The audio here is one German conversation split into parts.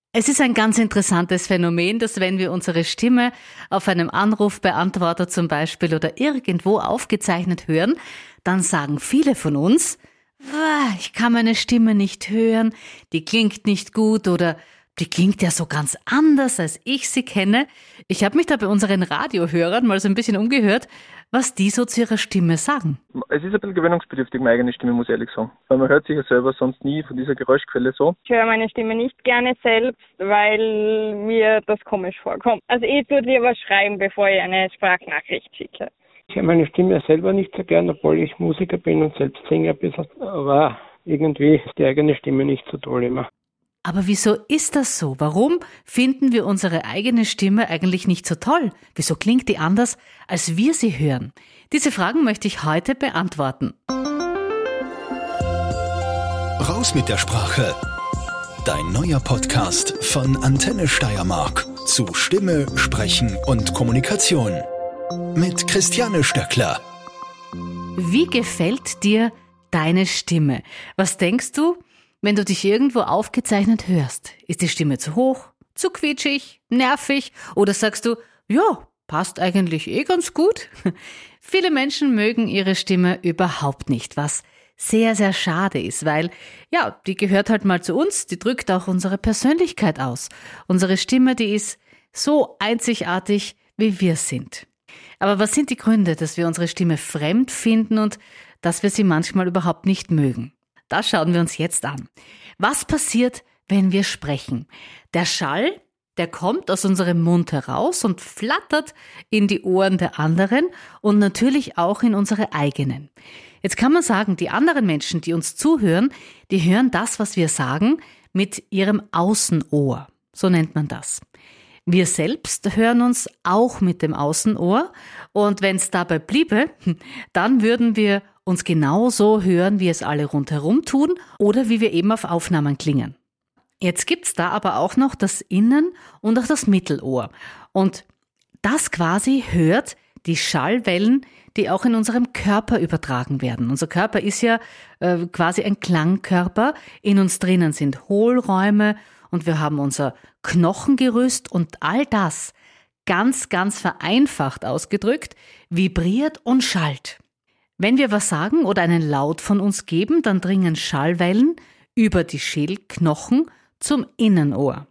Es ist ein ganz interessantes Phänomen, dass wenn wir unsere Stimme auf einem Anrufbeantworter zum Beispiel oder irgendwo aufgezeichnet hören, dann sagen viele von uns, ich kann meine Stimme nicht hören, die klingt nicht gut oder die klingt ja so ganz anders, als ich sie kenne. Ich habe mich da bei unseren Radiohörern mal so ein bisschen umgehört, was die so zu ihrer Stimme sagen. Es ist ein bisschen gewöhnungsbedürftig, meine eigene Stimme, muss ich ehrlich sagen. Weil man hört sich ja selber sonst nie von dieser Geräuschquelle so. Ich höre meine Stimme nicht gerne selbst, weil mir das komisch vorkommt. Also ich tue lieber schreiben, bevor ich eine Sprachnachricht schicke. Ich höre meine Stimme selber nicht so gern, obwohl ich Musiker bin und selbst singe ein bisschen. Aber irgendwie ist die eigene Stimme nicht so toll immer. Aber wieso ist das so? Warum finden wir unsere eigene Stimme eigentlich nicht so toll? Wieso klingt die anders, als wir sie hören? Diese Fragen möchte ich heute beantworten. Raus mit der Sprache. Dein neuer Podcast von Antenne Steiermark zu Stimme, Sprechen und Kommunikation. Mit Christiane Stöckler. Wie gefällt dir deine Stimme? Was denkst du, wenn du dich irgendwo aufgezeichnet hörst? Ist die Stimme zu hoch, zu quietschig, nervig oder sagst du, ja, passt eigentlich ganz gut? Viele Menschen mögen ihre Stimme überhaupt nicht, was sehr, sehr schade ist, weil, ja, die gehört halt mal zu uns, die drückt auch unsere Persönlichkeit aus. Unsere Stimme, die ist so einzigartig, wie wir sind. Aber was sind die Gründe, dass wir unsere Stimme fremd finden und dass wir sie manchmal überhaupt nicht mögen? Das schauen wir uns jetzt an. Was passiert, wenn wir sprechen? Der Schall, der kommt aus unserem Mund heraus und flattert in die Ohren der anderen und natürlich auch in unsere eigenen. Jetzt kann man sagen, die anderen Menschen, die uns zuhören, die hören das, was wir sagen, mit ihrem Außenohr. So nennt man das. Wir selbst hören uns auch mit dem Außenohr und wenn es dabei bliebe, dann würden wir uns genauso hören, wie es alle rundherum tun oder wie wir eben auf Aufnahmen klingen. Jetzt gibt's da aber auch noch das Innen- und auch das Mittelohr. Und das quasi hört die Schallwellen, die auch in unserem Körper übertragen werden. Unser Körper ist ja quasi ein Klangkörper. In uns drinnen sind Hohlräume und wir haben unser Knochengerüst und all das, ganz, ganz vereinfacht ausgedrückt, vibriert und schallt. Wenn wir was sagen oder einen Laut von uns geben, dann dringen Schallwellen über die Schädelknochen zum Innenohr.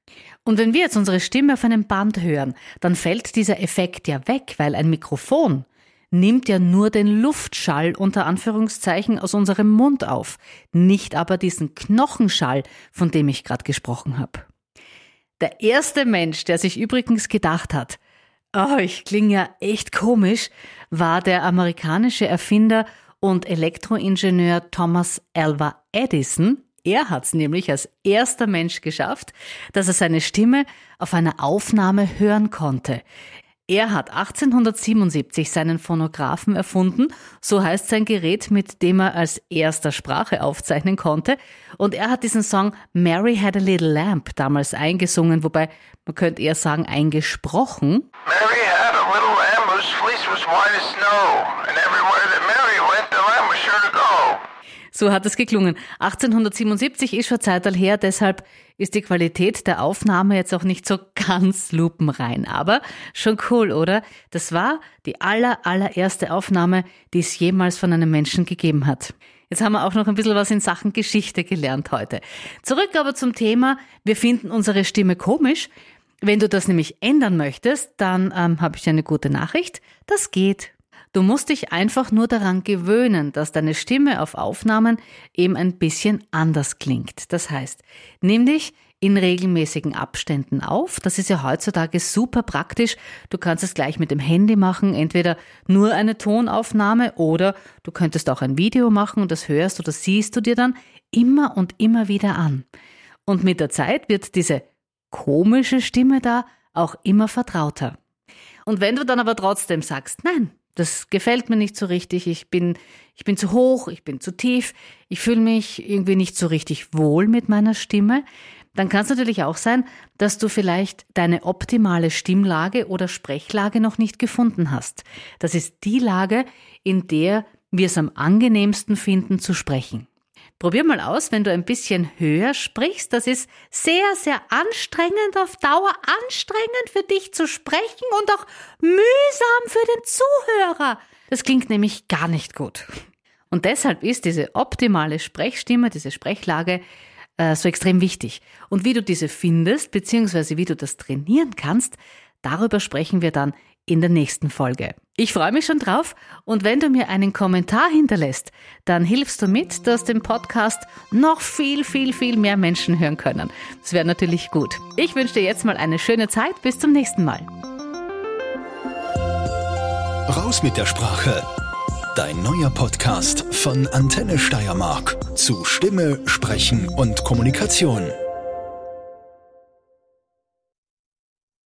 Und wenn wir jetzt unsere Stimme auf einem Band hören, dann fällt dieser Effekt ja weg, weil ein Mikrofon nimmt ja nur den Luftschall unter Anführungszeichen aus unserem Mund auf, nicht aber diesen Knochenschall, von dem ich gerade gesprochen habe. Der erste Mensch, der sich übrigens gedacht hat, ich klinge ja echt komisch, war der amerikanische Erfinder und Elektroingenieur Thomas Alva Edison. Er hat es nämlich als erster Mensch geschafft, dass er seine Stimme auf einer Aufnahme hören konnte. Er hat 1877 seinen Phonographen erfunden, so heißt sein Gerät, mit dem er als erster Sprache aufzeichnen konnte. Und er hat diesen Song Mary Had a Little Lamb damals eingesungen, wobei man könnte eher sagen eingesprochen. Mary had a little lamb whose fleece was white as snow, and everywhere that Mary went, the lamb was sure to go. So hat es geklungen. 1877 ist schon Zeitalter her, deshalb ist die Qualität der Aufnahme jetzt auch nicht so ganz lupenrein. Aber schon cool, oder? Das war die allererste Aufnahme, die es jemals von einem Menschen gegeben hat. Jetzt haben wir auch noch ein bisschen was in Sachen Geschichte gelernt heute. Zurück aber zum Thema, wir finden unsere Stimme komisch. Wenn du das nämlich ändern möchtest, dann habe ich eine gute Nachricht. Das geht. Du musst dich einfach nur daran gewöhnen, dass deine Stimme auf Aufnahmen eben ein bisschen anders klingt. Das heißt, nimm dich in regelmäßigen Abständen auf. Das ist ja heutzutage super praktisch. Du kannst es gleich mit dem Handy machen, entweder nur eine Tonaufnahme oder du könntest auch ein Video machen und das hörst oder siehst du dir dann immer und immer wieder an. Und mit der Zeit wird diese komische Stimme da auch immer vertrauter. Und wenn du dann aber trotzdem sagst, nein, das gefällt mir nicht so richtig, ich bin zu hoch, ich bin zu tief, ich fühle mich irgendwie nicht so richtig wohl mit meiner Stimme, dann kann es natürlich auch sein, dass du vielleicht deine optimale Stimmlage oder Sprechlage noch nicht gefunden hast. Das ist die Lage, in der wir es am angenehmsten finden zu sprechen. Probier mal aus, wenn du ein bisschen höher sprichst. Das ist sehr, sehr anstrengend, auf Dauer anstrengend für dich zu sprechen und auch mühsam für den Zuhörer. Das klingt nämlich gar nicht gut. Und deshalb ist diese optimale Sprechstimme, diese Sprechlage so extrem wichtig. Und wie du diese findest, beziehungsweise wie du das trainieren kannst, darüber sprechen wir dann in der nächsten Folge. Ich freue mich schon drauf und wenn du mir einen Kommentar hinterlässt, dann hilfst du mit, dass den Podcast noch viel, viel, viel mehr Menschen hören können. Das wäre natürlich gut. Ich wünsche dir jetzt mal eine schöne Zeit. Bis zum nächsten Mal. Raus mit der Sprache. Dein neuer Podcast von Antenne Steiermark zu Stimme, Sprechen und Kommunikation.